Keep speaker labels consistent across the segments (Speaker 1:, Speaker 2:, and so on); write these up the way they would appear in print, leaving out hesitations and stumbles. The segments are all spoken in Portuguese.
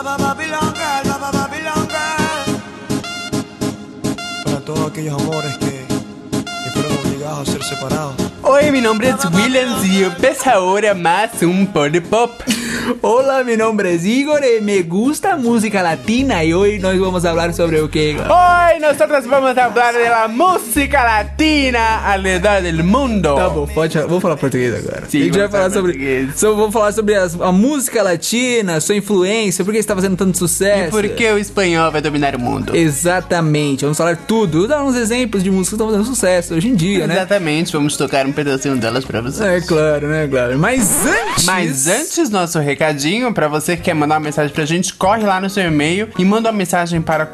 Speaker 1: Para todos aquellos amores que fueron obligados a ser separados.
Speaker 2: Oi, meu nome é Williams e empieza ahora más un Pod Pop.
Speaker 3: Hola, mi nombre es Igor y me gusta música latina y hoy nos vamos a hablar sobre o que...
Speaker 2: Hoy nosotros vamos a hablar de la música latina alrededor del mundo.
Speaker 3: Tá bom, vou falar português agora.
Speaker 2: Sim,
Speaker 3: a gente vai falar
Speaker 2: português.
Speaker 3: vamos falar sobre a música latina, sua influência, por que está fazendo tanto sucesso.
Speaker 2: E por que o espanhol vai dominar o mundo.
Speaker 3: Exatamente, vamos falar tudo, dar uns exemplos de músicas que estão fazendo sucesso hoje em dia, né?
Speaker 2: Exatamente, vamos tocar um pedacinho delas pra vocês.
Speaker 3: É claro, né, claro. Mas antes,
Speaker 2: nosso recadinho, pra você que quer mandar uma mensagem pra gente, corre lá no seu e-mail e manda uma mensagem para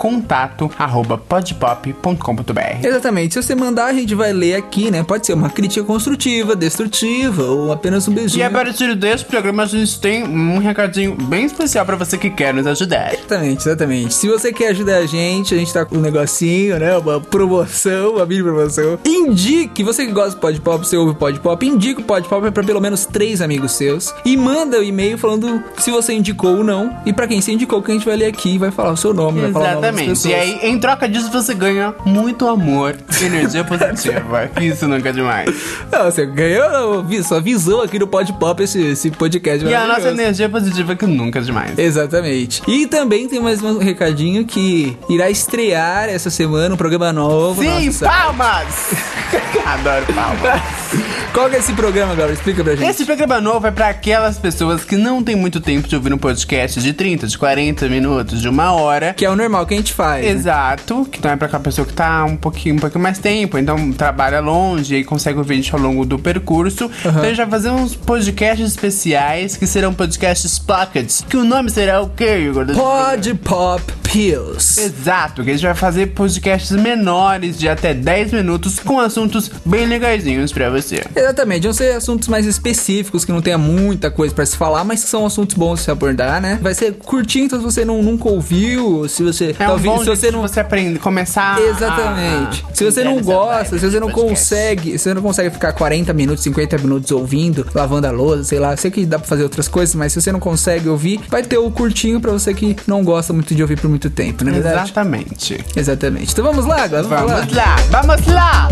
Speaker 2: contato@podpop.com.br.
Speaker 3: Exatamente, se você mandar, a gente vai ler aqui, né? Pode ser uma crítica construtiva, destrutiva ou apenas um beijinho.
Speaker 2: E a partir desse programa a gente tem um recadinho bem especial pra você que quer nos ajudar.
Speaker 3: Exatamente. Se você quer ajudar a gente tá com um negocinho, né? Uma promoção, uma mini promoção. Indique, você que gosta do Pod Pop, você ouve o Pod Pop, indique o Pod Pop pra pelo menos 3 amigos seus e manda o e-mail falando se você indicou ou não e pra quem você indicou, que a gente vai ler aqui e vai falar o seu nome, vai falar o nome das pessoas.
Speaker 2: E aí, em troca disso, você ganha muito amor e energia positiva. Isso nunca é demais.
Speaker 3: Não, você ganhou sua visão aqui no Pod Pop, esse podcast.
Speaker 2: E a nossa energia positiva que nunca é demais.
Speaker 3: Exatamente. E também tem mais um recadinho que irá estrear essa semana um programa novo.
Speaker 2: Sim, palmas! Adoro palmas.
Speaker 3: Qual que é esse programa, Gabriel? Explica pra gente.
Speaker 2: Esse programa novo é pra aquelas pessoas que não tem muito tempo de ouvir um podcast de 30, de 40 minutos, de 1 hora.
Speaker 3: Que é o normal que a gente faz.
Speaker 2: Exato. Né? Que então é pra aquela pessoa que tá um pouquinho mais tempo, então trabalha longe e consegue ouvir a gente ao longo do percurso. Então a gente vai fazer uns podcasts especiais, que serão podcasts pockets. Que o nome será o quê, Igor?
Speaker 3: Pod Pop Pills.
Speaker 2: Exato, que a gente vai fazer podcasts menores de até 10 minutos com assuntos bem legaisinhos pra você.
Speaker 3: Exatamente, vão ser assuntos mais específicos, que não tenha muita coisa pra se falar, mas que são assuntos bons de se abordar, né? Vai ser curtinho, então se você nunca ouviu, se você
Speaker 2: tá ouvindo, se
Speaker 3: você não...
Speaker 2: você aprende, começar.
Speaker 3: Exatamente. Se você não gosta, se você não consegue, ficar 40 minutos, 50 minutos ouvindo, lavando a louça, sei lá, sei que dá pra fazer outras coisas, mas se você não consegue ouvir, vai ter o curtinho pra você que não gosta muito de ouvir por muito tempo, não é verdade? Exatamente. Então vamos lá, galera.
Speaker 2: Vamos lá!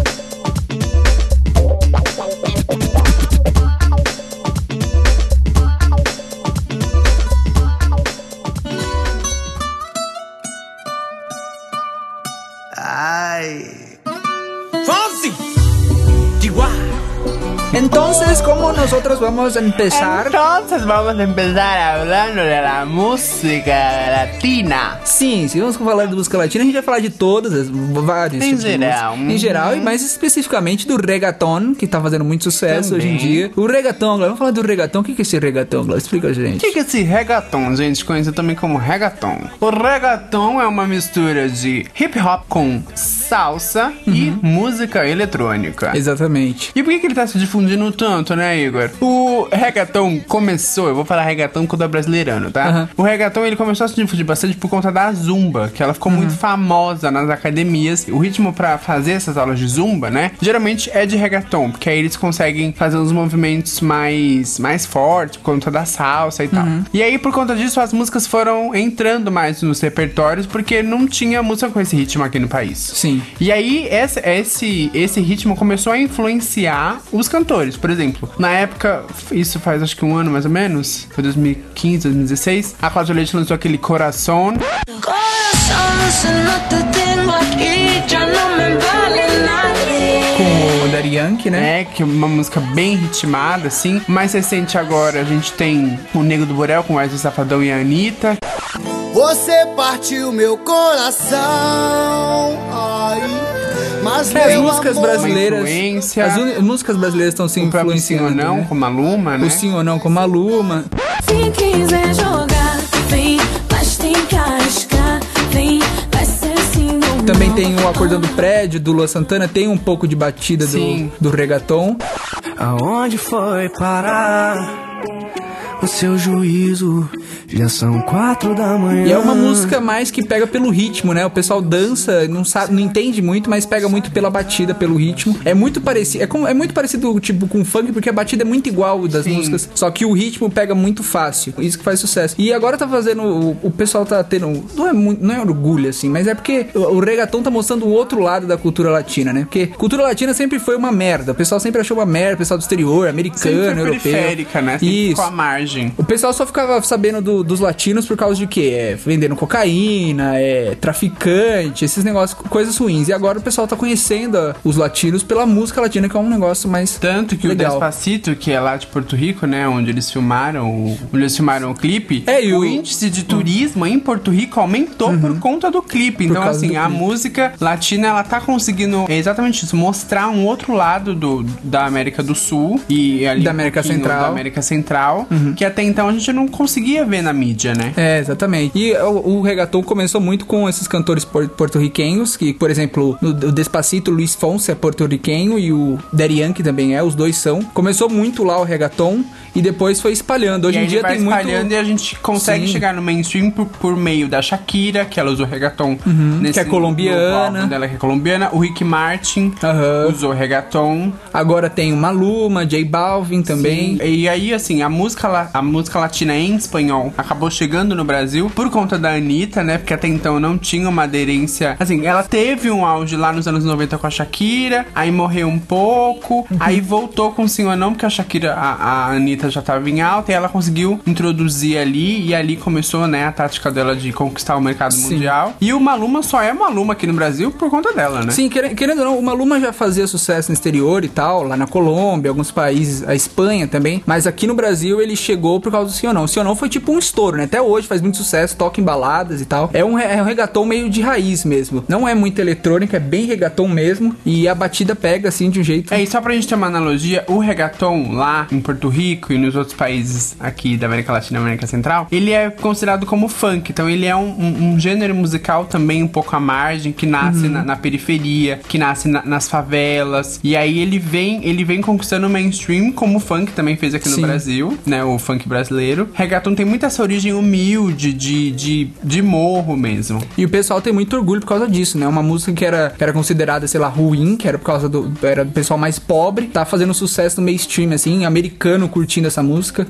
Speaker 3: Entonces, ¿cómo nosotros vamos a empezar?
Speaker 2: Entonces vamos a empezar hablando de la música latina.
Speaker 3: Sim, se vamos falar de música latina, a gente vai falar de todas, vários
Speaker 2: em
Speaker 3: tipos
Speaker 2: geral.
Speaker 3: Em geral, e mais especificamente do reggaeton, que tá fazendo muito sucesso hoje em dia. O reggaeton, vamos falar do reggaeton. O que é esse reggaeton, Glaucio? Explica a gente.
Speaker 2: O que é esse reggaeton, gente? Conhecido também como reggaeton. O reggaeton é uma mistura de hip hop com salsa e música eletrônica.
Speaker 3: Exatamente.
Speaker 2: E por que ele tá se difundindo tanto, né, Igor? O reggaeton começou, eu vou falar reggaeton quando é brasileirano, tá? O reggaeton, ele começou a se difundir bastante por conta da zumba, que ela ficou muito famosa nas academias. O ritmo pra fazer essas aulas de zumba, né, geralmente é de reggaeton, porque aí eles conseguem fazer uns movimentos mais fortes por conta da salsa e tal. E aí, por conta disso, as músicas foram entrando mais nos repertórios, porque não tinha música com esse ritmo aqui no país.
Speaker 3: Sim.
Speaker 2: E aí, esse ritmo começou a influenciar os cantores. Por exemplo, na época, isso faz acho que 1 ano mais ou menos, foi 2015, 2016, a Cláudia Leite lançou aquele Coração.
Speaker 3: Com o Daddy Yankee, né?
Speaker 2: É, que é uma música bem ritmada, assim. Mais recente agora, a gente tem o Nego do Borel com o Wesley Safadão e a Anitta.
Speaker 4: Você partiu meu coração, ai, mas
Speaker 3: as músicas brasileiras,
Speaker 2: as
Speaker 3: músicas brasileiras estão se influenciando.
Speaker 2: Sim ou Não,
Speaker 3: né?
Speaker 2: com Maluma, né?
Speaker 3: O Sim ou Não com Maluma.
Speaker 5: Se quiser jogar, vem, mas tem que arriscar, vem, vai ser sim ou não.
Speaker 3: Também tem o Acordão do Prédio, do Lua Santana, tem um pouco de batida do reggaeton.
Speaker 1: Aonde foi parar o seu juízo? já são 4 da manhã.
Speaker 3: E é uma música mais que pega pelo ritmo, né? O pessoal dança, não sabe, não entende muito, mas pega muito pela batida, pelo ritmo. É muito parecido, é muito parecido tipo com funk, porque a batida é muito igual das músicas, só que o ritmo pega muito fácil. Isso que faz sucesso. E agora tá fazendo, o pessoal tá tendo, não é orgulho assim, mas é porque o reggaeton tá mostrando o outro lado da cultura latina, né? Porque cultura latina sempre foi uma merda. O pessoal sempre achou uma merda, o pessoal do exterior, americano,
Speaker 2: sempre
Speaker 3: europeu.
Speaker 2: periférica, né? Sempre com a margem.
Speaker 3: O pessoal só ficava sabendo dos latinos por causa de quê? Vendendo cocaína, traficante, esses negócios, coisas ruins. E agora o pessoal tá conhecendo os latinos pela música latina, que é um negócio mais
Speaker 2: tanto que
Speaker 3: legal.
Speaker 2: O Despacito, que é lá de Porto Rico, né? Onde eles filmaram o clipe, o índice de turismo em Porto Rico aumentou por conta do clipe. Então, assim, a música latina, ela tá conseguindo exatamente isso, mostrar um outro lado da América do Sul e ali
Speaker 3: da América Central,
Speaker 2: que até então a gente não conseguia ver na mídia, né?
Speaker 3: Exatamente. E o reggaeton começou muito com esses cantores porto-riquenhos, que, por exemplo, no Despacito, Luiz Fonsi é porto-riquenho e o Daddy Yankee também os dois são. Começou muito lá o reggaeton e depois foi espalhando. Hoje em dia tem muito...
Speaker 2: espalhando e a gente consegue chegar no mainstream por meio da Shakira, que ela usou reggaeton
Speaker 3: que é colombiana.
Speaker 2: Dela que é colombiana. O Ricky Martin usou reggaeton.
Speaker 3: Agora tem o Maluma, J Balvin também.
Speaker 2: Sim. E aí, assim, a música latina em espanhol acabou chegando no Brasil por conta da Anitta, né? Porque até então não tinha uma aderência. Assim, ela teve um auge lá nos anos 90 com a Shakira, aí morreu um pouco, aí voltou com Sim ou Não, porque a Shakira, a Anitta já tava em alta, e ela conseguiu introduzir ali, e ali começou, né, a tática dela de conquistar o mercado mundial. E o Maluma só é Maluma aqui no Brasil por conta dela, né?
Speaker 3: Sim, querendo ou não, o Maluma já fazia sucesso no exterior e tal, lá na Colômbia, alguns países, a Espanha também, mas aqui no Brasil ele chegou por causa do Sim ou Não. O Sim ou Não foi tipo um estouro, né? Até hoje faz muito sucesso, toca em baladas e tal. É um reggaeton meio de raiz mesmo. Não é muito eletrônica, é bem reggaeton mesmo, e a batida pega assim de um jeito...
Speaker 2: E só pra gente ter uma analogia, o reggaeton lá em Porto Rico e nos outros países aqui da América Latina e América Central, ele é considerado como funk, então ele é um gênero musical também um pouco à margem, que nasce na periferia, que nasce nas favelas, e aí ele vem conquistando o mainstream, como o funk também fez aqui no Brasil, né, o funk brasileiro. Reggaeton tem muita essa origem humilde, de morro mesmo.
Speaker 3: E o pessoal tem muito orgulho por causa disso, né, uma música que era considerada, sei lá, ruim, que era por causa era do pessoal mais pobre, tá fazendo sucesso no mainstream, assim, americano curtindo essa música.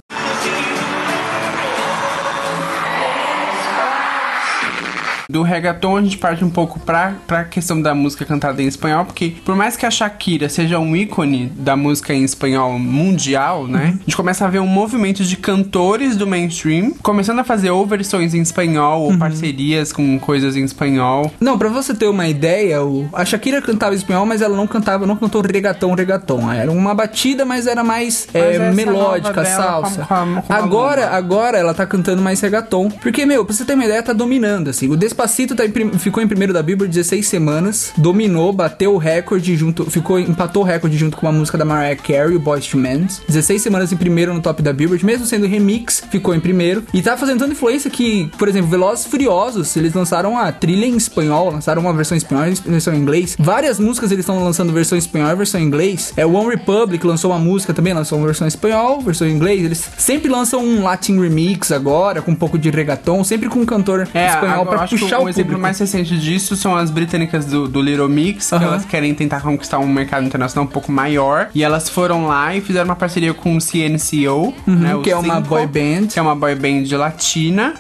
Speaker 2: Do reggaeton a gente parte um pouco pra questão da música cantada em espanhol, porque por mais que a Shakira seja um ícone da música em espanhol mundial, né? A gente começa a ver um movimento de cantores do mainstream começando a fazer ou versões em espanhol ou parcerias com coisas em espanhol.
Speaker 3: Não, pra você ter uma ideia, a Shakira cantava em espanhol, mas ela não cantou reggaeton. Era uma batida, mas era mais melódica, salsa. Agora ela tá cantando mais reggaeton, porque, pra você ter uma ideia, tá dominando, assim. O Despacito ficou em primeiro da Billboard 16 semanas, dominou, bateu o recorde empatou o recorde junto com uma música da Mariah Carey, o Boyz II Men. 16 semanas em primeiro no top da Billboard, mesmo sendo remix, ficou em primeiro. E tá fazendo tanta influência que, por exemplo, Velozes e Furiosos, eles lançaram a trilha em espanhol, lançaram uma versão em espanhol e versão em inglês. Várias músicas eles estão lançando versão em espanhol e versão em inglês. One Republic lançou uma música também, lançou uma versão em espanhol, versão em inglês. Eles sempre lançam um Latin remix agora, com um pouco de reggaeton, sempre com um cantor espanhol pra puxar o
Speaker 2: exemplo mais recente disso são as britânicas do Little Mix, que elas querem tentar conquistar um mercado internacional um pouco maior, e elas foram lá e fizeram uma parceria com o CNCO, né,
Speaker 3: que é uma boy band.
Speaker 2: Que é uma boy band latina.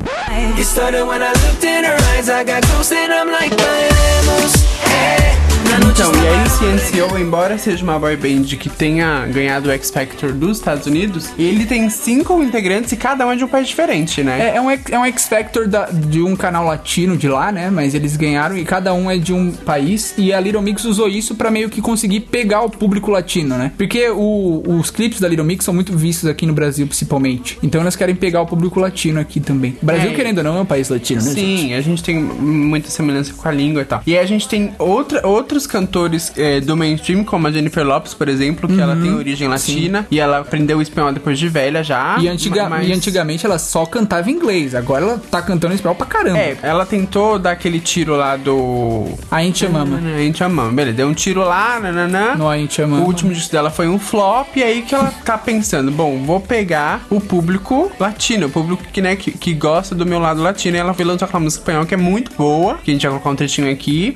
Speaker 2: Então, e aí o CNCO, embora seja uma boy band que tenha ganhado o X Factor dos Estados Unidos, ele tem 5 integrantes e cada um é de um país diferente, né?
Speaker 3: É um X Factor de um canal latino de lá, né? Mas eles ganharam e cada um é de um país, e a Little Mix usou isso pra meio que conseguir pegar o público latino, né? Porque os clipes da Little Mix são muito vistos aqui no Brasil, principalmente. Então elas querem pegar o público latino aqui também. O Brasil, querendo ou não, é um país latino, né?
Speaker 2: Sim, gente? A gente tem muita semelhança com a língua e tal. E aí a gente tem outros muitos cantores do mainstream, como a Jennifer Lopez, por exemplo, que ela tem origem latina e ela aprendeu o espanhol depois de velha já.
Speaker 3: E antigamente ela só cantava em inglês, agora ela tá cantando em espanhol pra caramba.
Speaker 2: Ela tentou dar aquele tiro lá do...
Speaker 3: A Inti Mama.
Speaker 2: A Inti Mama, beleza, deu um tiro lá,
Speaker 3: No A Inti Mama.
Speaker 2: O último disco dela foi um flop, e aí que ela tá pensando, bom, vou pegar o público latino, o público que, né, que gosta do meu lado latino, e ela foi lançar aquela música espanhol que é muito boa, que a gente vai colocar um trechinho aqui.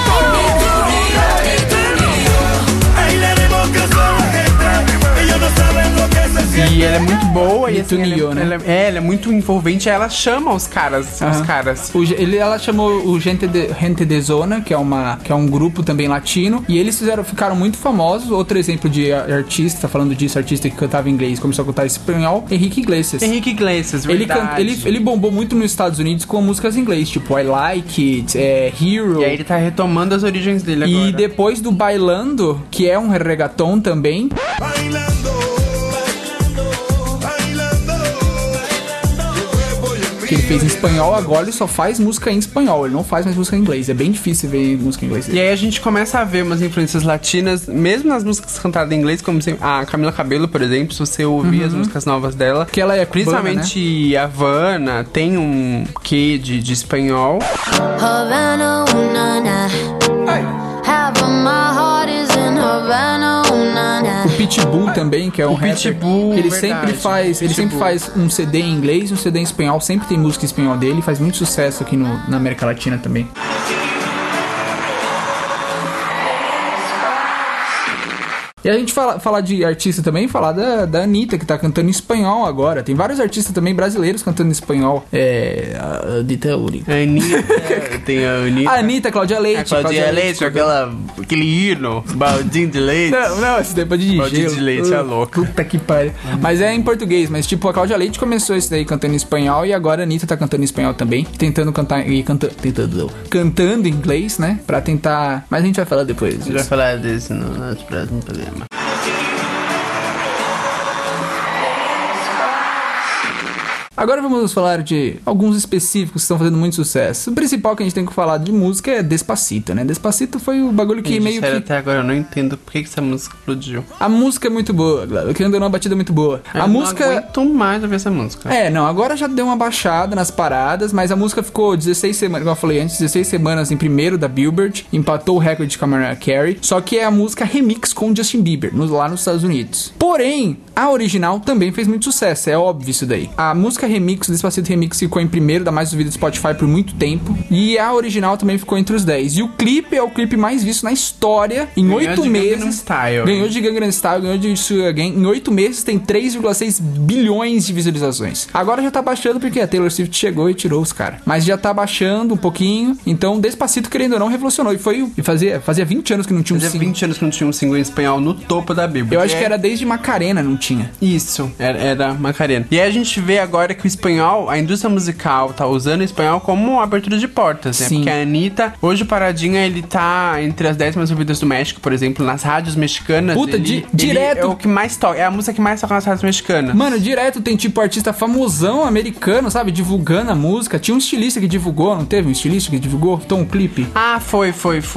Speaker 2: E ela é muito boa e assim, ela é muito envolvente. Ela chama os caras.
Speaker 3: Ela chamou o Gente de Zona, que é um grupo também latino. E eles ficaram muito famosos. Outro exemplo de artista, falando disso, artista que cantava em inglês, começou a cantar espanhol, Enrique Iglesias.
Speaker 2: Verdade.
Speaker 3: Ele bombou muito nos Estados Unidos com músicas em inglês, tipo I Like It, Hero.
Speaker 2: E aí ele tá retomando as origens dele agora.
Speaker 3: E depois do Bailando, que é um reggaeton também. Que ele fez em espanhol, agora ele só faz música em espanhol, ele não faz mais música em inglês. É bem difícil ver música em inglês.
Speaker 2: E aí a gente começa a ver umas influências latinas, mesmo nas músicas cantadas em inglês, como a Camila Cabello, por exemplo, se você ouvir as músicas novas dela,
Speaker 3: que ela é cubana,
Speaker 2: principalmente, né? Havana, tem um quê de espanhol.
Speaker 5: Havana, half of my heart is in Havana.
Speaker 3: O Pitbull também, que é um rapper,
Speaker 2: Pitbull,
Speaker 3: que ele
Speaker 2: verdade.
Speaker 3: sempre faz um CD em inglês, um CD em espanhol, sempre tem música em espanhol dele, faz muito sucesso aqui na América Latina também. E a gente falar de artista também, falar da Anitta, que tá cantando em espanhol agora. Tem vários artistas também brasileiros cantando em espanhol. A Anitta é única.
Speaker 2: Tem a Anitta.
Speaker 3: A Anitta, Cláudia Leite.
Speaker 2: A Cláudia Leite, aquele hino, baldinho de leite.
Speaker 3: Não, esse daí é de
Speaker 2: baldinho de leite, é louco.
Speaker 3: Puta que pariu. Mas é em português, mas tipo, a Cláudia Leite começou esse daí cantando em espanhol e agora a Anitta tá cantando em espanhol também. Tentando cantar cantando em inglês, né? Pra tentar... Mas a gente vai falar depois disso.
Speaker 2: A gente vai falar disso no nosso próximo programa.
Speaker 3: Agora vamos falar de alguns específicos que estão fazendo muito sucesso. O principal que a gente tem que falar de música é Despacito, né? Despacito foi o bagulho que meio que...
Speaker 2: Até agora eu não entendo por que essa música explodiu.
Speaker 3: A música é muito boa, Glauber. Querendo ou não, a batida é muito boa.
Speaker 2: Eu não aguento mais ouvir essa música.
Speaker 3: Agora já deu uma baixada nas paradas, mas a música ficou 16 semanas, igual eu falei antes, 16 semanas em primeiro da Billboard, empatou o recorde com a Mariah Carey, só que é a música remix com Justin Bieber, lá nos Estados Unidos. Porém, a original também fez muito sucesso, é óbvio isso daí. A música remix, o Despacito Remix, ficou em primeiro da mais ouvida do Spotify por muito tempo. E a original também ficou entre os 10. E o clipe é o clipe mais visto na história. Em 8 meses. Ganhou de Gangnam Style, ganhou de Sugar Gang. Em 8 meses tem 3,6 bilhões de visualizações. Agora já tá baixando porque a Taylor Swift chegou e tirou os caras. Mas já tá baixando um pouquinho. Então, Despacito, querendo ou não, revolucionou. E fazia 20 anos que não tinha um single.
Speaker 2: Fazia 20 anos que não tinha um single em espanhol no topo da Billboard.
Speaker 3: Eu acho que era desde Macarena, não tinha.
Speaker 2: Isso, era Macarena. E aí a gente vê agora que o espanhol, a indústria musical tá usando o espanhol como uma abertura de portas, né?
Speaker 3: Sim.
Speaker 2: Porque a Anitta, hoje o Paradinha, ele tá entre as 10 mais ouvidas do México, por exemplo, nas rádios mexicanas.
Speaker 3: Puta, direto.
Speaker 2: É o que mais toca, é a música que mais toca nas rádios mexicanas.
Speaker 3: Mano, direto tem tipo artista famosão americano, sabe? Divulgando a música. Tinha um estilista que divulgou, não teve um estilista que divulgou? Tom Clipe.
Speaker 2: Ah, foi.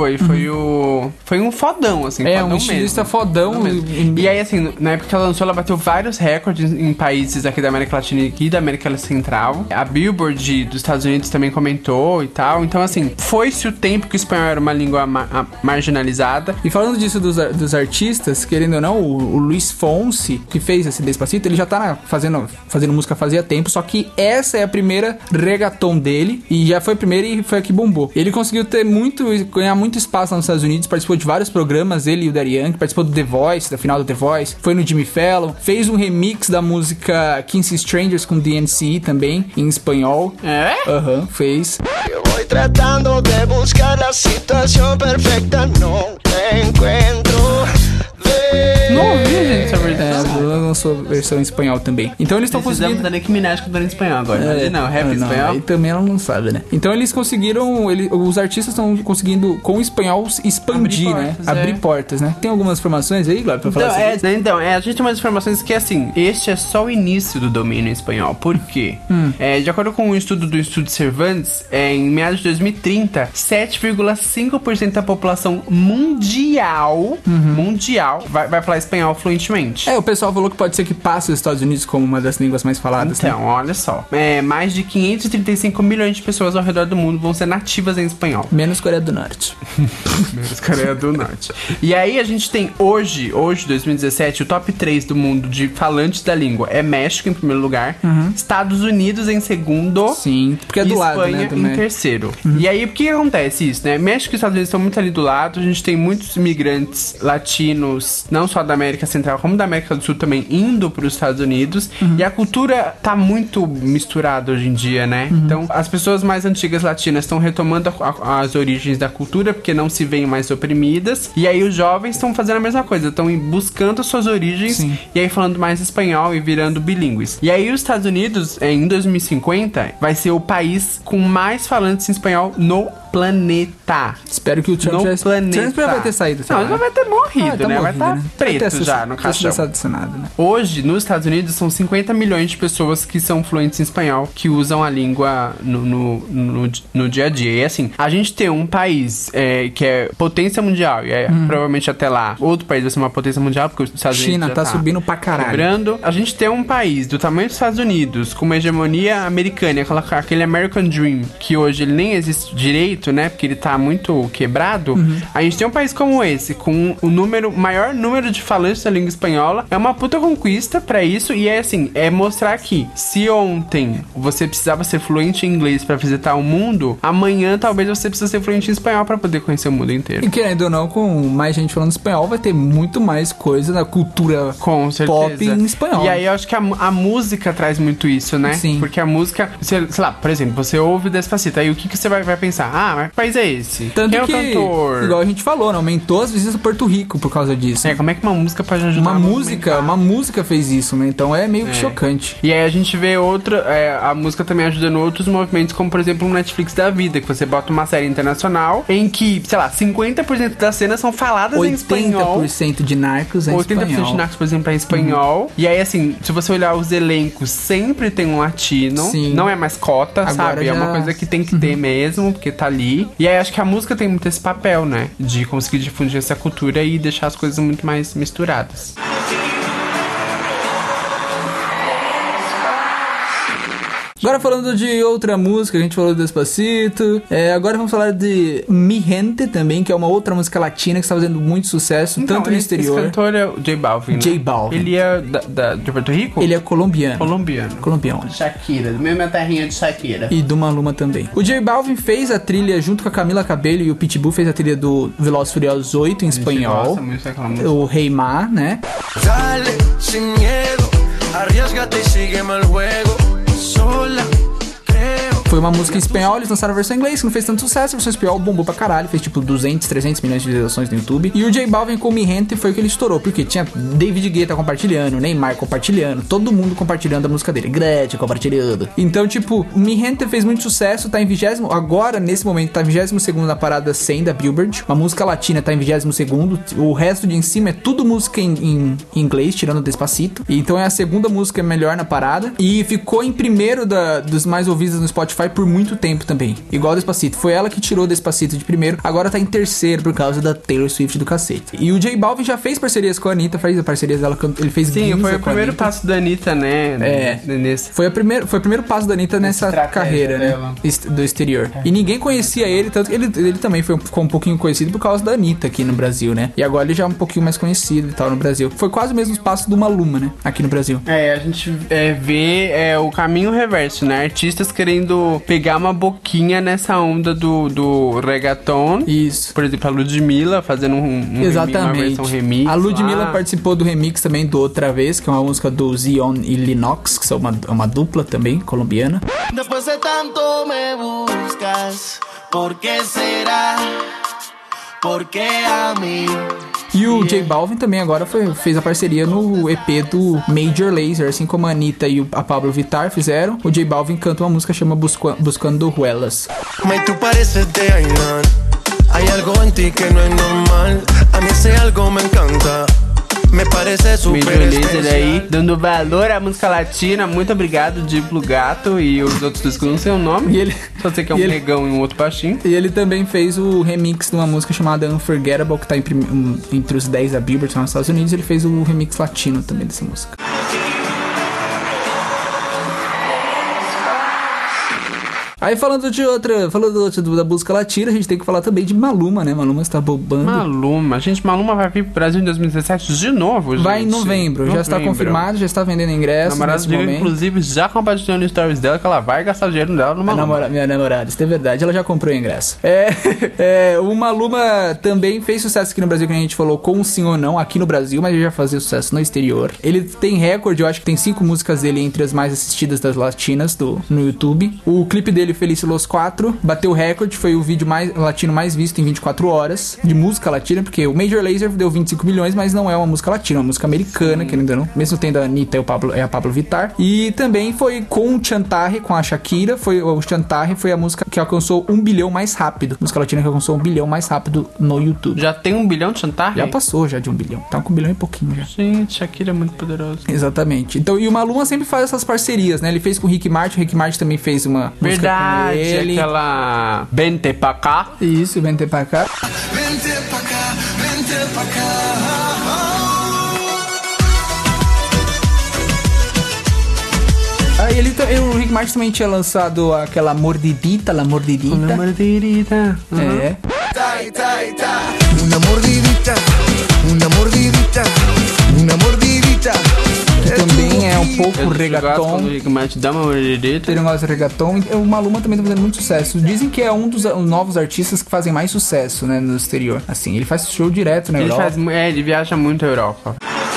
Speaker 2: Foi um fodão, assim.
Speaker 3: É,
Speaker 2: fodão
Speaker 3: um estilista
Speaker 2: mesmo.
Speaker 3: fodão.
Speaker 2: E aí, assim, na época que ela lançou, ela bateu vários recordes em países aqui da América Latina e da América Central. A Billboard dos Estados Unidos também comentou e tal. Então, assim, foi-se o tempo que o espanhol era uma língua marginalizada.
Speaker 3: E falando disso dos artistas, querendo ou não, o Luiz Fonsi, que fez esse Despacito, ele já tá fazendo música fazia tempo, só que essa é a primeira reggaeton dele, e já foi a primeira e foi a que bombou. Ele conseguiu ganhar muito espaço nos Estados Unidos, participou de vários programas, ele e o Daddy Yankee, participou do The Voice, da final do The Voice, foi no Jimmy Fallon, fez um remix da música Quincy Strangers com DNCE também, em espanhol.
Speaker 2: É?
Speaker 3: Fez.
Speaker 6: Eu vou tratando de buscar a situação perfeita, não te encontro.
Speaker 2: Não ouvi, gente, essa versão.
Speaker 3: lançou a versão em espanhol também. Então eles estão
Speaker 2: Precisamos
Speaker 3: conseguindo...
Speaker 2: da Nicki Minaj cantando em espanhol agora. Imagina, rap em espanhol.
Speaker 3: Aí também ela não sabe, né? Então eles conseguiram... os artistas estão conseguindo, com o espanhol, expandir,
Speaker 2: Abrir
Speaker 3: né?
Speaker 2: portas,
Speaker 3: Abrir portas, né? Tem algumas informações aí, Glória, pra falar
Speaker 2: Então, a gente tem umas informações que, assim, este é só o início do domínio em espanhol. Por quê? De acordo com um estudo do Instituto Cervantes, em meados de 2030, 7,5% da população mundial vai falar espanhol fluentemente.
Speaker 3: O pessoal falou que pode ser que passe os Estados Unidos como uma das línguas mais faladas,
Speaker 2: Então,
Speaker 3: né?
Speaker 2: olha só. Mais de 535 milhões de pessoas ao redor do mundo vão ser nativas em espanhol.
Speaker 3: Menos Coreia do Norte.
Speaker 2: Menos Coreia do Norte. E aí a gente tem hoje, 2017, o top 3 do mundo de falantes da língua é México em primeiro lugar, Estados Unidos em segundo.
Speaker 3: Sim, porque é
Speaker 2: e
Speaker 3: do lado,
Speaker 2: Espanha
Speaker 3: né, também.
Speaker 2: em terceiro. E aí, por que acontece isso, né? México e Estados Unidos estão muito ali do lado, a gente tem muitos imigrantes latinos, não só da América Central, como da América do Sul também, indo para os Estados Unidos. E a cultura tá muito misturada hoje em dia, né? Então, as pessoas mais antigas latinas estão retomando as origens da cultura, porque não se veem mais oprimidas. E aí, os jovens estão fazendo a mesma coisa, estão buscando suas origens.
Speaker 3: Sim.
Speaker 2: E aí, falando mais espanhol e virando bilíngues. E aí, os Estados Unidos, em 2050, vai ser o país com mais falantes em espanhol no planeta.
Speaker 3: Espero que o Trump
Speaker 2: No planeta.
Speaker 3: Trump já vai ter saído.
Speaker 2: Não, já vai ter morrido,
Speaker 3: tá
Speaker 2: né? Vai estar preto já no caixão.
Speaker 3: Assassinado, né?
Speaker 2: Hoje, nos Estados Unidos, são 50 milhões de pessoas que são fluentes em espanhol, que usam a língua no dia a dia. E assim, a gente tem um país que é potência mundial, e provavelmente até lá, outro país vai ser uma potência mundial, porque os Estados Unidos
Speaker 3: China
Speaker 2: já
Speaker 3: tá subindo pra caralho.
Speaker 2: quebrando. A gente tem um país do tamanho dos Estados Unidos, com uma hegemonia americana, aquele American Dream, que hoje ele nem existe direito, né? Porque ele tá muito quebrado. A gente tem um país como esse, com o maior número de falantes da língua espanhola. É uma puta conquista pra isso. E é assim, é mostrar que se ontem você precisava ser fluente em inglês pra visitar o mundo, amanhã talvez você precise ser fluente em espanhol pra poder conhecer o mundo inteiro.
Speaker 3: E querendo ou não, com mais gente falando espanhol, vai ter muito mais coisa na cultura
Speaker 2: Com certeza.
Speaker 3: pop em espanhol.
Speaker 2: E aí eu acho que a música traz muito isso, né?
Speaker 3: Sim.
Speaker 2: Porque a música, sei lá, por exemplo, você ouve Despacito, aí o que você vai pensar? Ah, mas que país é esse?
Speaker 3: Tanto
Speaker 2: Quem é o
Speaker 3: que,
Speaker 2: cantor?
Speaker 3: igual a gente falou, né? Aumentou as visitas a Porto Rico por causa disso.
Speaker 2: Como é que uma música pode ajudar
Speaker 3: Uma música fez isso, né? Então é meio que chocante.
Speaker 2: E aí a gente vê a música também ajudando outros movimentos, como por exemplo o Netflix da vida, que você bota uma série internacional em que, sei lá, 50% das cenas são faladas em espanhol.
Speaker 3: 80% de Narcos é em
Speaker 2: 80%
Speaker 3: espanhol.
Speaker 2: de Narcos, por exemplo, é em espanhol. E aí, assim, se você olhar os elencos, sempre tem um latino.
Speaker 3: Sim.
Speaker 2: Não é mais cota,
Speaker 3: Agora
Speaker 2: sabe? É
Speaker 3: já-
Speaker 2: uma coisa que tem que ter mesmo, porque tá ali. E aí, acho que a música tem muito esse papel, né? De conseguir difundir essa cultura e deixar as coisas muito mais misturadas.
Speaker 3: Agora falando de outra música, a gente falou do Despacito. Agora vamos falar de Mi Gente também, que é uma outra música latina que está fazendo muito sucesso, tanto no exterior.
Speaker 2: Esse cantor é o J Balvin, né?
Speaker 3: J Balvin.
Speaker 2: Ele é de Porto Rico?
Speaker 3: Ele é colombiano.
Speaker 2: Colombiano. Shakira, do mesmo terrinha de Shakira.
Speaker 3: E do Maluma também. O J Balvin fez a trilha junto com a Camila Cabello, e o Pitbull fez a trilha do Velozes e Furiosos 8 em espanhol.
Speaker 2: Gosta muito daquela música.
Speaker 3: O Rei Ma, né?
Speaker 6: Dale, sin miedo, arriesgate y sígueme el juego. Sola, creo.
Speaker 3: Foi uma música em espanhol, eles lançaram a versão em inglês, que não fez tanto sucesso. A versão em espanhol bombou pra caralho, fez tipo 200, 300 milhões de visualizações no YouTube. E o J Balvin com Mi Gente foi o que ele estourou, porque tinha David Guetta compartilhando, Neymar compartilhando, todo mundo compartilhando a música dele, Gretchen compartilhando. Então, tipo, Mi Gente fez muito sucesso, tá em 20º, agora, nesse momento, tá em 22º na parada 100 da Billboard. A música latina tá em 22º, o resto de em cima é tudo música em inglês, tirando o Despacito. E então é a segunda música melhor na parada. E ficou em primeiro dos mais ouvidos no Spotify por muito tempo também. Igual o Despacito. Foi ela que tirou o Despacito de primeiro. Agora tá em terceiro por causa da Taylor Swift do cacete. E o J Balvin já fez parcerias com a Anitta. Fez a parceria dela. Ele fez
Speaker 2: Sim,
Speaker 3: Ginza
Speaker 2: foi o
Speaker 3: com a
Speaker 2: primeiro
Speaker 3: Anitta.
Speaker 2: passo da Anitta, né? Nesse.
Speaker 3: Foi o primeiro passo da Anitta nessa
Speaker 2: estratégia
Speaker 3: carreira,
Speaker 2: dela.
Speaker 3: né? Do exterior. E ninguém conhecia ele, tanto que ele também ficou um pouquinho conhecido por causa da Anitta aqui no Brasil, né? E agora ele já é um pouquinho mais conhecido e tal no Brasil. Foi quase o mesmo passo do Maluma, né? Aqui no Brasil.
Speaker 2: A gente vê o caminho reverso, né? Artistas querendo pegar uma boquinha nessa onda do reggaeton.
Speaker 3: Isso.
Speaker 2: Por exemplo, a Ludmilla fazendo uma
Speaker 3: Exatamente.
Speaker 2: versão remix.
Speaker 3: A Ludmilla
Speaker 2: lá.
Speaker 3: participou do remix também do Outra Vez, que é uma música do Zion e Lennox, que são uma dupla também, colombiana.
Speaker 7: Después de tanto me buscas, ¿por qué será? ¿Por qué a mí?
Speaker 3: E o J Balvin também agora fez a parceria no EP do Major Lazer, assim como a Anitta e a Pablo Vittar fizeram. O J Balvin canta uma música chamada Buscando Ruelas.
Speaker 6: Mas tu pareces de Aynan. Hay algo en ti que no es normal. A mí ese algo me encanta. Me parece super
Speaker 2: Major Lazer
Speaker 6: especial.
Speaker 2: aí, dando valor à música latina. Muito obrigado, Diplo Gato e os outros dois que eu não sei o nome.
Speaker 3: E ele-
Speaker 2: Só sei que é um
Speaker 3: e ele-
Speaker 2: negão e um outro baixinho.
Speaker 3: E ele também fez o remix de uma música chamada Unforgettable, que tá entre os 10 da Billboard nos Estados Unidos. Ele fez o remix latino também dessa música. Aí falando da música latina, a gente tem que falar também de Maluma, né? Maluma está bombando.
Speaker 2: Maluma. Gente, Maluma vai vir pro Brasil em 2017 de novo, gente.
Speaker 3: Vai em novembro, já está confirmado, já está vendendo ingressos
Speaker 2: Namorada
Speaker 3: nesse
Speaker 2: dele,
Speaker 3: momento.
Speaker 2: inclusive, já compartilhou no stories dela que ela vai gastar o dinheiro dela no Maluma.
Speaker 3: Minha namorada, isso é verdade, ela já comprou o ingresso. O Maluma também fez sucesso aqui no Brasil, que a gente falou, com o Sim ou Não, aqui no Brasil, mas ele já fazia sucesso no exterior. Ele tem recorde, eu acho que tem 5 músicas dele entre as mais assistidas das latinas no YouTube. O clipe dele, Feliz Los 4, bateu o recorde, foi o vídeo latino mais visto em 24 horas de música latina, porque o Major Lazer deu 25 milhões, mas não é uma música latina, é uma música americana, que ainda não, mesmo tendo a Anitta e a Pablo Vittar. E também foi com o Chantarre, com a Shakira, o Chantarre foi a música que alcançou 1 bilhão mais rápido, música latina que alcançou 1 bilhão mais rápido no YouTube.
Speaker 2: Já tem 1 bilhão de Chantarre?
Speaker 3: Já passou já de 1 bilhão, tá com 1 bilhão e pouquinho já.
Speaker 2: Gente, Shakira é muito poderosa.
Speaker 3: Exatamente. Então, e o Maluma sempre faz essas parcerias, né? Ele fez com o Rick Martin, o Rick Martin também fez uma música com
Speaker 2: Verdade,
Speaker 3: ele.
Speaker 2: aquela Vente pra cá.
Speaker 3: Isso, vem ter pra cá.
Speaker 6: Vente pa' acá, vente pa' acá.
Speaker 3: Aí o Rick Martin também tinha lançado aquela Mordidita, La Mordidita.
Speaker 2: Una mordidita.
Speaker 3: É.
Speaker 6: Una mordidita, una mordidita, una mordidita.
Speaker 3: Que também é um pouco
Speaker 2: Eu gosto
Speaker 3: reggaeton.
Speaker 2: quando o Rick Martin dá uma mordidita.
Speaker 3: Ele gosta de reggaeton. E o Maluma também tá fazendo muito sucesso. Dizem que é um dos novos artistas que fazem mais sucesso, né, no exterior. Assim, ele faz show direto na Europa.
Speaker 2: Ele viaja muito a Europa.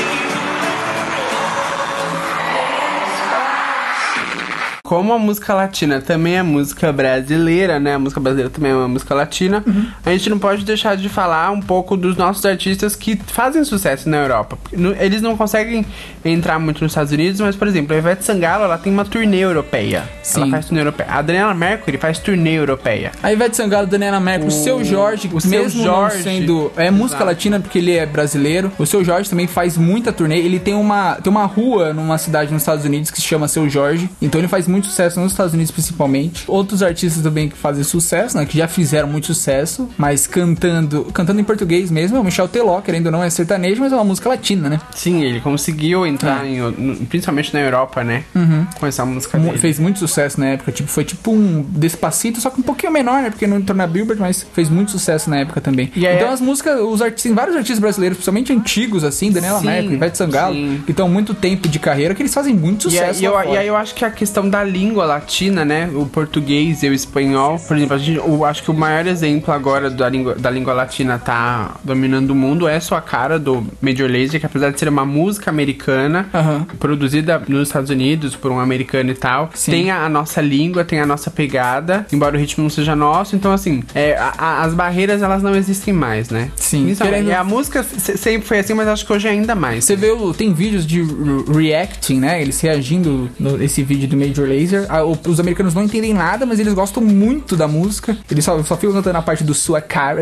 Speaker 2: Como a música latina também é música brasileira, né? A música brasileira também é uma música latina. A gente não pode deixar de falar um pouco dos nossos artistas que fazem sucesso na Europa. Eles não conseguem entrar muito nos Estados Unidos, mas, por exemplo, a Ivete Sangalo, ela tem uma turnê europeia.
Speaker 3: Sim.
Speaker 2: Ela faz turnê europeia. A Daniela Mercury faz turnê europeia.
Speaker 3: A Ivete Sangalo, Daniela Mercury, o Seu Jorge,
Speaker 2: o Seu
Speaker 3: mesmo
Speaker 2: Jorge,
Speaker 3: não sendo... É música
Speaker 2: exato.
Speaker 3: latina porque ele é brasileiro. O Seu Jorge também faz muita turnê. Ele tem uma rua numa cidade nos Estados Unidos que se chama Seu Jorge. Então ele faz muito sucesso nos Estados Unidos principalmente. Outros artistas também que fazem sucesso, né? Que já fizeram muito sucesso, mas cantando em português mesmo. É o Michel Teló, querendo ou não, é sertanejo, mas é uma música latina, né?
Speaker 2: Sim, ele conseguiu entrar principalmente na Europa, né? Com essa música dele.
Speaker 3: Fez muito sucesso na época, foi tipo um Despacito, só que um pouquinho menor, né? Porque não entrou na Billboard, mas fez muito sucesso na época também.
Speaker 2: E aí,
Speaker 3: então as músicas, tem vários artistas brasileiros, principalmente antigos, assim, Daniela
Speaker 2: Sim,
Speaker 3: Mercury, Ivete Sangalo,
Speaker 2: sim.
Speaker 3: que estão há muito tempo de carreira, que eles fazem muito sucesso.
Speaker 2: E
Speaker 3: lá fora.
Speaker 2: aí eu acho que a questão da língua latina, né? O português e o espanhol, por exemplo, eu acho que o maior exemplo agora da língua latina tá dominando o mundo é Sua Cara, do Major Lazer, que apesar de ser uma música americana, produzida nos Estados Unidos por um americano e tal,
Speaker 3: Sim.
Speaker 2: tem a nossa língua, tem a nossa pegada, embora o ritmo não seja nosso, então assim, as barreiras elas não existem mais, né?
Speaker 3: Sim.
Speaker 2: Então, e a música sempre foi assim, mas acho que hoje é ainda mais.
Speaker 3: Você vê, tem vídeos de reacting, né? Eles reagindo nesse vídeo do Major Lazer. Os americanos não entendem nada, mas eles gostam muito da música. Eles só ficam cantando a parte do Sua Cara.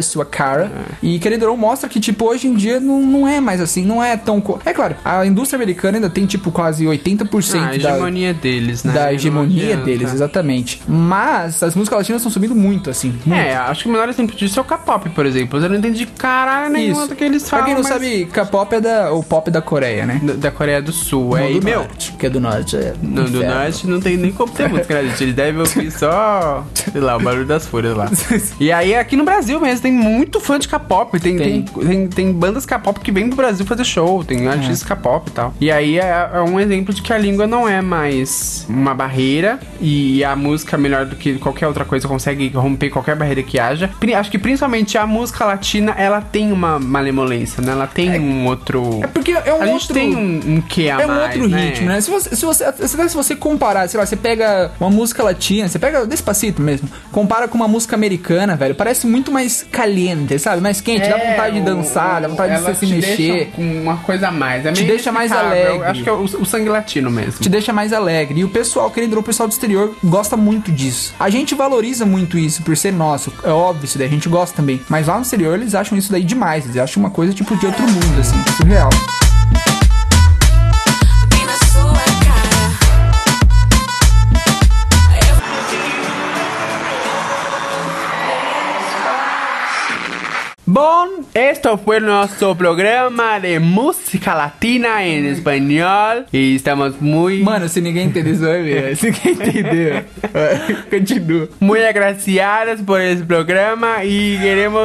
Speaker 3: E querendo ou não, mostra que, tipo, hoje em dia não é mais assim, não é tão... É claro, a indústria americana ainda tem, tipo, quase 80%
Speaker 2: A hegemonia deles, né?
Speaker 3: da hegemonia
Speaker 2: Não
Speaker 3: deles,
Speaker 2: adianta.
Speaker 3: exatamente. Mas as músicas latinas estão subindo muito, assim. Muito.
Speaker 2: Acho que o melhor exemplo disso é o K-pop, por exemplo. Eu não entendi caralho nenhuma do que eles falam.
Speaker 3: Pra quem não
Speaker 2: mas-
Speaker 3: sabe, K-pop é o pop da Coreia, né?
Speaker 2: Da Coreia do Sul.
Speaker 3: Não,
Speaker 2: Aí,
Speaker 3: do
Speaker 2: meu,
Speaker 3: norte, porque do norte é
Speaker 2: no do
Speaker 3: inferno.
Speaker 2: norte não tem nem como ter música, né, gente? Eles devem ouvir só, sei lá, o barulho das folhas lá. E aí, aqui no Brasil mesmo, tem muito fã de K-pop. Tem bandas K-pop que vêm pro Brasil fazer show. Tem artistas K-pop e tal. E aí, é um exemplo de que a língua não é mais uma barreira. E a música, melhor do que qualquer outra coisa, consegue romper qualquer barreira que haja. Acho que principalmente a música latina, ela tem uma malemolência, né? Ela tem um outro...
Speaker 3: É porque é um
Speaker 2: A gente
Speaker 3: outro...
Speaker 2: tem um quê a
Speaker 3: É um
Speaker 2: mais,
Speaker 3: outro
Speaker 2: né?
Speaker 3: ritmo, né? Se você comparar, sei lá, você pega uma música latina, você pega Despacito mesmo, compara com uma música americana, velho, parece muito mais caliente, sabe? Mais quente, dá vontade de dançar, dá vontade de você se mexer.
Speaker 2: Com uma coisa a mais. É
Speaker 3: te
Speaker 2: meio
Speaker 3: deixa mais
Speaker 2: inexplicável.
Speaker 3: alegre.
Speaker 2: Acho que é o sangue latino mesmo.
Speaker 3: Te deixa mais alegre. E o pessoal, querendo ou não, o pessoal do exterior gosta muito disso. A gente valoriza muito isso por ser nosso. É óbvio isso daí, a gente gosta também. Mas lá no exterior eles acham isso daí demais. Eles acham uma coisa tipo de outro mundo, assim, surreal.
Speaker 2: Bom, esto fue nuestro programa de música latina en español. Y estamos muy...
Speaker 3: Mano, se ninguém entender isso vai ver. Se ninguém entender, continua.
Speaker 2: Muy agradecidos por esse programa y queremos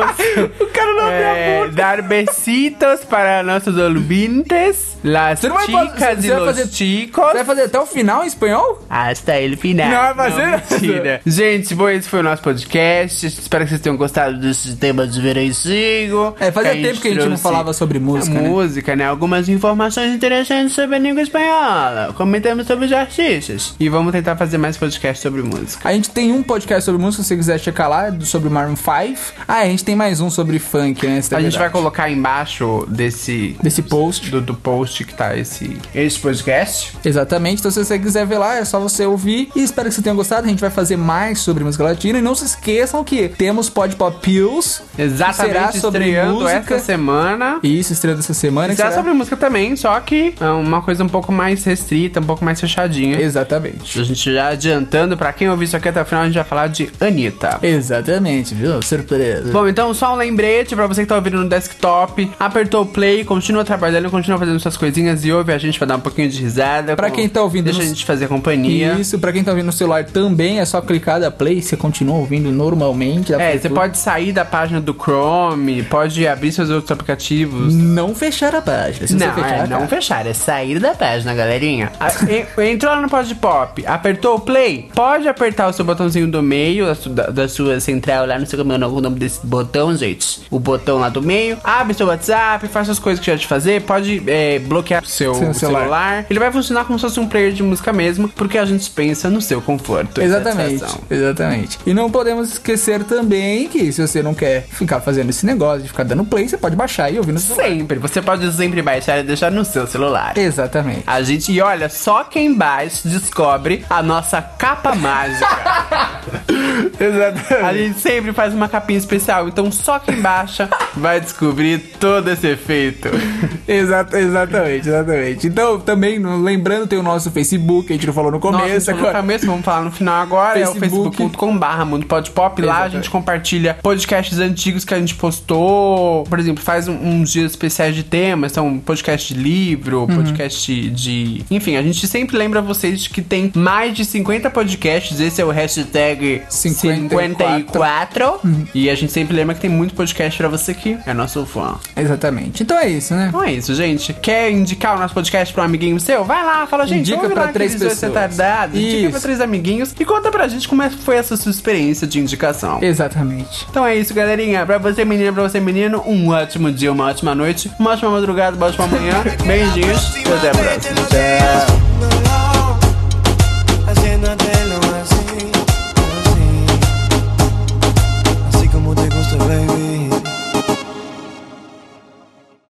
Speaker 2: dar besitos para nossos ouvintes, las chicas e los chicos.
Speaker 3: Você vai fazer até o final em espanhol?
Speaker 2: Hasta el final.
Speaker 3: Não vai fazer?
Speaker 2: Mentira. Gente, bom, esse foi o nosso podcast. Espero que vocês tenham gostado desse tema diferenciado.
Speaker 3: Fazia tempo que a gente não falava sobre música,
Speaker 2: música, né? Algumas informações interessantes sobre a língua espanhola. Comentamos sobre os artistas. E vamos tentar fazer mais podcasts sobre música.
Speaker 3: A gente tem um podcast sobre música, se você quiser checar lá, sobre Maroon 5. A gente tem mais um sobre funk, né?
Speaker 2: A gente vai colocar embaixo desse
Speaker 3: post.
Speaker 2: Do post que tá esse podcast.
Speaker 3: Exatamente. Então se você quiser ver lá, é só você ouvir. E espero que você tenha gostado. A gente vai fazer mais sobre música latina. E não se esqueçam que temos Pod Pop Pills.
Speaker 2: Exatamente. Estreando
Speaker 3: música
Speaker 2: essa semana.
Speaker 3: Isso, estreando essa semana.
Speaker 2: Será sobre música também, só que é uma coisa um pouco mais restrita, um pouco mais fechadinha.
Speaker 3: Exatamente.
Speaker 2: A gente já adiantando, pra quem ouvir isso aqui até o final, a gente vai falar de Anitta.
Speaker 3: Exatamente, viu? Surpresa.
Speaker 2: Bom, então só um lembrete pra você que tá ouvindo no desktop. Apertou o play, continua trabalhando, continua fazendo suas coisinhas e ouve a gente pra dar um pouquinho de risada.
Speaker 3: Pra quem tá ouvindo...
Speaker 2: Deixa a gente fazer companhia.
Speaker 3: Isso, pra quem tá ouvindo no celular também, é só clicar da play, você continua ouvindo normalmente.
Speaker 2: Você pode sair da página do Chrome, pode abrir seus outros aplicativos.
Speaker 3: Não fechar a página.
Speaker 2: Não fechar, é sair da página, galerinha. Entrou lá no Pod Pop, apertou o play, pode apertar o seu botãozinho do meio, da sua central lá, não sei como é o nome desse botão, gente. O botão lá do meio, abre seu WhatsApp, faz as coisas que já te fazer, pode bloquear o seu celular. Ele vai funcionar como se fosse um player de música mesmo, porque a gente pensa no seu conforto.
Speaker 3: Exatamente. E não podemos esquecer também que se você não quer ficar fazendo esse negócio de ficar dando play, você pode baixar e ouvir no celular.
Speaker 2: Sempre, você pode sempre baixar e deixar no seu celular.
Speaker 3: Exatamente.
Speaker 2: E olha, só quem baixa descobre a nossa capa mágica.
Speaker 3: Exatamente.
Speaker 2: A gente sempre faz uma capinha especial, então só quem baixa vai descobrir todo esse efeito.
Speaker 3: Exatamente. Então, também, lembrando, tem o nosso Facebook, a gente não falou no começo.
Speaker 2: Vamos falar no final agora. É o facebook.com/mundopodpop. Lá a gente compartilha podcasts antigos que a gente postou. Por exemplo, faz uns dias especiais de temas. Então, podcast de livro, podcast de... Enfim, a gente sempre lembra vocês que tem mais de 50 podcasts. Esse é o hashtag 54. E a gente sempre lembra que tem muito podcast pra você que é nosso fã.
Speaker 3: Exatamente. Então é isso, né?
Speaker 2: Então é isso, gente. Quer indicar o nosso podcast pra um amiguinho seu? Vai lá, fala, gente,
Speaker 3: indica pra 3 pessoas.
Speaker 2: Indica pra 3 amiguinhos e conta pra gente como foi essa sua experiência de indicação.
Speaker 3: Exatamente.
Speaker 2: Então é isso, galerinha. Pra você, menina, pra você, menino, um ótimo dia, uma ótima noite, uma ótima madrugada, uma ótima manhã. Beijinhos e até a próxima. Tchau.